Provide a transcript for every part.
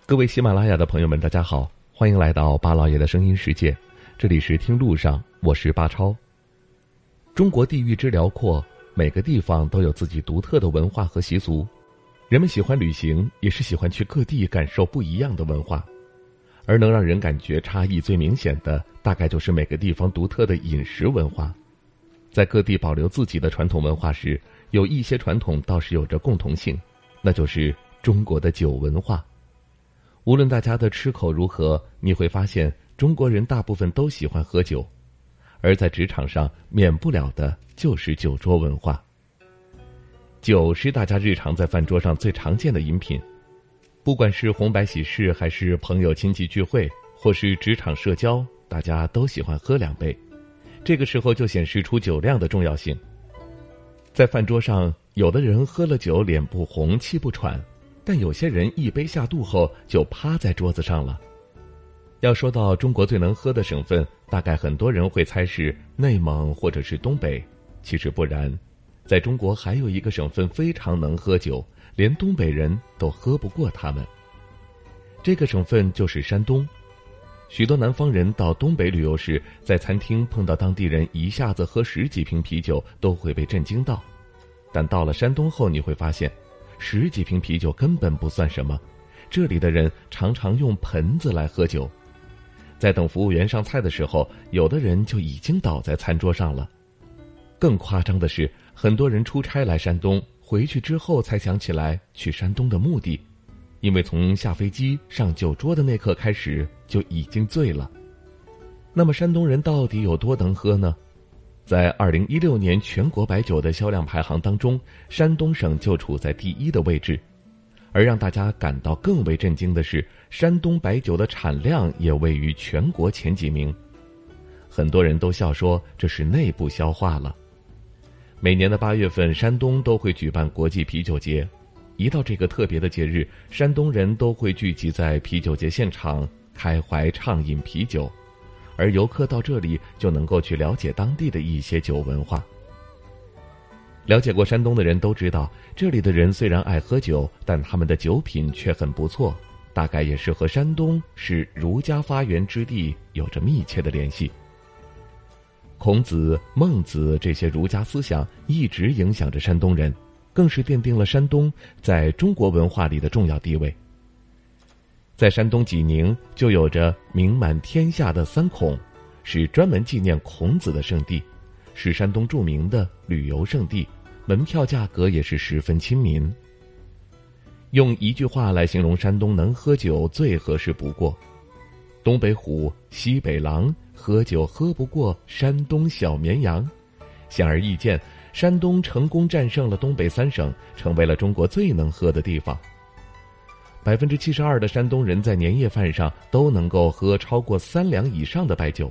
各位喜马拉雅的朋友们，大家好，欢迎来到巴老爷的声音世界，这里是听路上，我是巴超。中国地域之辽阔，每个地方都有自己独特的文化和习俗，人们喜欢旅行，也是喜欢去各地感受不一样的文化。而能让人感觉差异最明显的，大概就是每个地方独特的饮食文化。在各地保留自己的传统文化时，有一些传统倒是有着共同性，那就是中国的酒文化。无论大家的吃口如何，你会发现中国人大部分都喜欢喝酒，而在职场上免不了的就是酒桌文化。酒是大家日常在饭桌上最常见的饮品，不管是红白喜事，还是朋友亲戚聚会，或是职场社交，大家都喜欢喝2杯。这个时候就显示出酒量的重要性。在饭桌上，有的人喝了酒脸不红气不喘，但有些人一杯下肚后就趴在桌子上了。要说到中国最能喝的省份，大概很多人会猜是内蒙或者是东北，其实不然。在中国还有一个省份非常能喝酒，连东北人都喝不过他们。这个省份就是山东。许多南方人到东北旅游时，在餐厅碰到当地人一下子喝10几瓶啤酒都会被震惊到，但到了山东后，你会发现10几瓶啤酒根本不算什么，这里的人常常用盆子来喝酒。在等服务员上菜的时候，有的人就已经倒在餐桌上了。更夸张的是，很多人出差来山东，回去之后才想起来去山东的目的，因为从下飞机上酒桌的那刻开始就已经醉了。那么山东人到底有多能喝呢？在2016年全国白酒的销量排行当中，山东省就处在第1的位置。而让大家感到更为震惊的是，山东白酒的产量也位于全国前几名。很多人都笑说这是内部消化了。每年的8月份，山东都会举办国际啤酒节。一到这个特别的节日，山东人都会聚集在啤酒节现场，开怀畅饮啤酒。而游客到这里就能够去了解当地的一些酒文化。了解过山东的人都知道，这里的人虽然爱喝酒，但他们的酒品却很不错，大概也是和山东是儒家发源之地有着密切的联系。孔子、孟子这些儒家思想一直影响着山东人，更是奠定了山东在中国文化里的重要地位。在山东济宁就有着名满天下的3孔，是专门纪念孔子的圣地，是山东著名的旅游胜地，门票价格也是十分亲民。用一句话来形容山东能喝酒最合适不过：东北虎，西北狼，喝酒喝不过山东小绵羊。显而易见，山东成功战胜了东北3省，成为了中国最能喝的地方。72%的山东人在年夜饭上都能够喝超过3两以上的白酒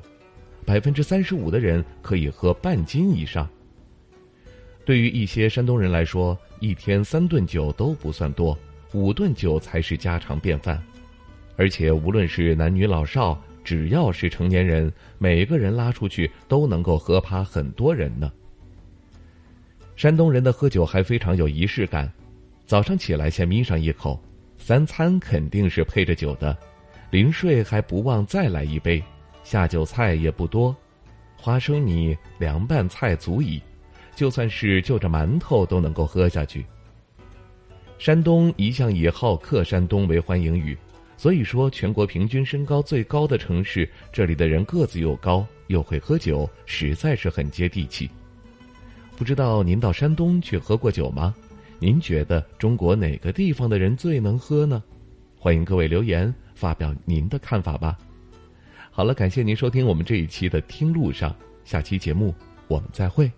，35%的人可以喝半斤以上。对于一些山东人来说，一天3顿酒都不算多，5顿酒才是家常便饭。而且无论是男女老少，只要是成年人，每个人拉出去都能够喝趴很多人呢。山东人的喝酒还非常有仪式感，早上起来先抿上一口，3餐肯定是配着酒的，临睡还不忘再来一杯，下酒菜也不多，花生米、凉拌菜足矣，就算是就着馒头都能够喝下去。山东一向以好客山东为欢迎语，所以说全国平均身高最高的城市，这里的人个子又高又会喝酒，实在是很接地气。不知道您到山东去喝过酒吗？您觉得中国哪个地方的人最能喝呢？欢迎各位留言发表您的看法吧。好了，感谢您收听我们这一期的听路上，下期节目我们再会。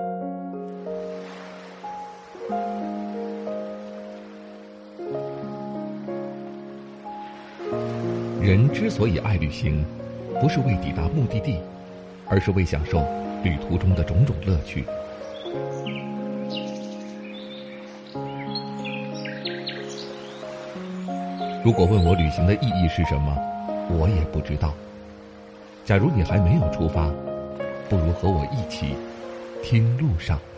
人之所以爱旅行，不是为抵达目的地，而是为享受旅途中的种种乐趣。如果问我旅行的意义是什么，我也不知道。假如你还没有出发，不如和我一起听路上。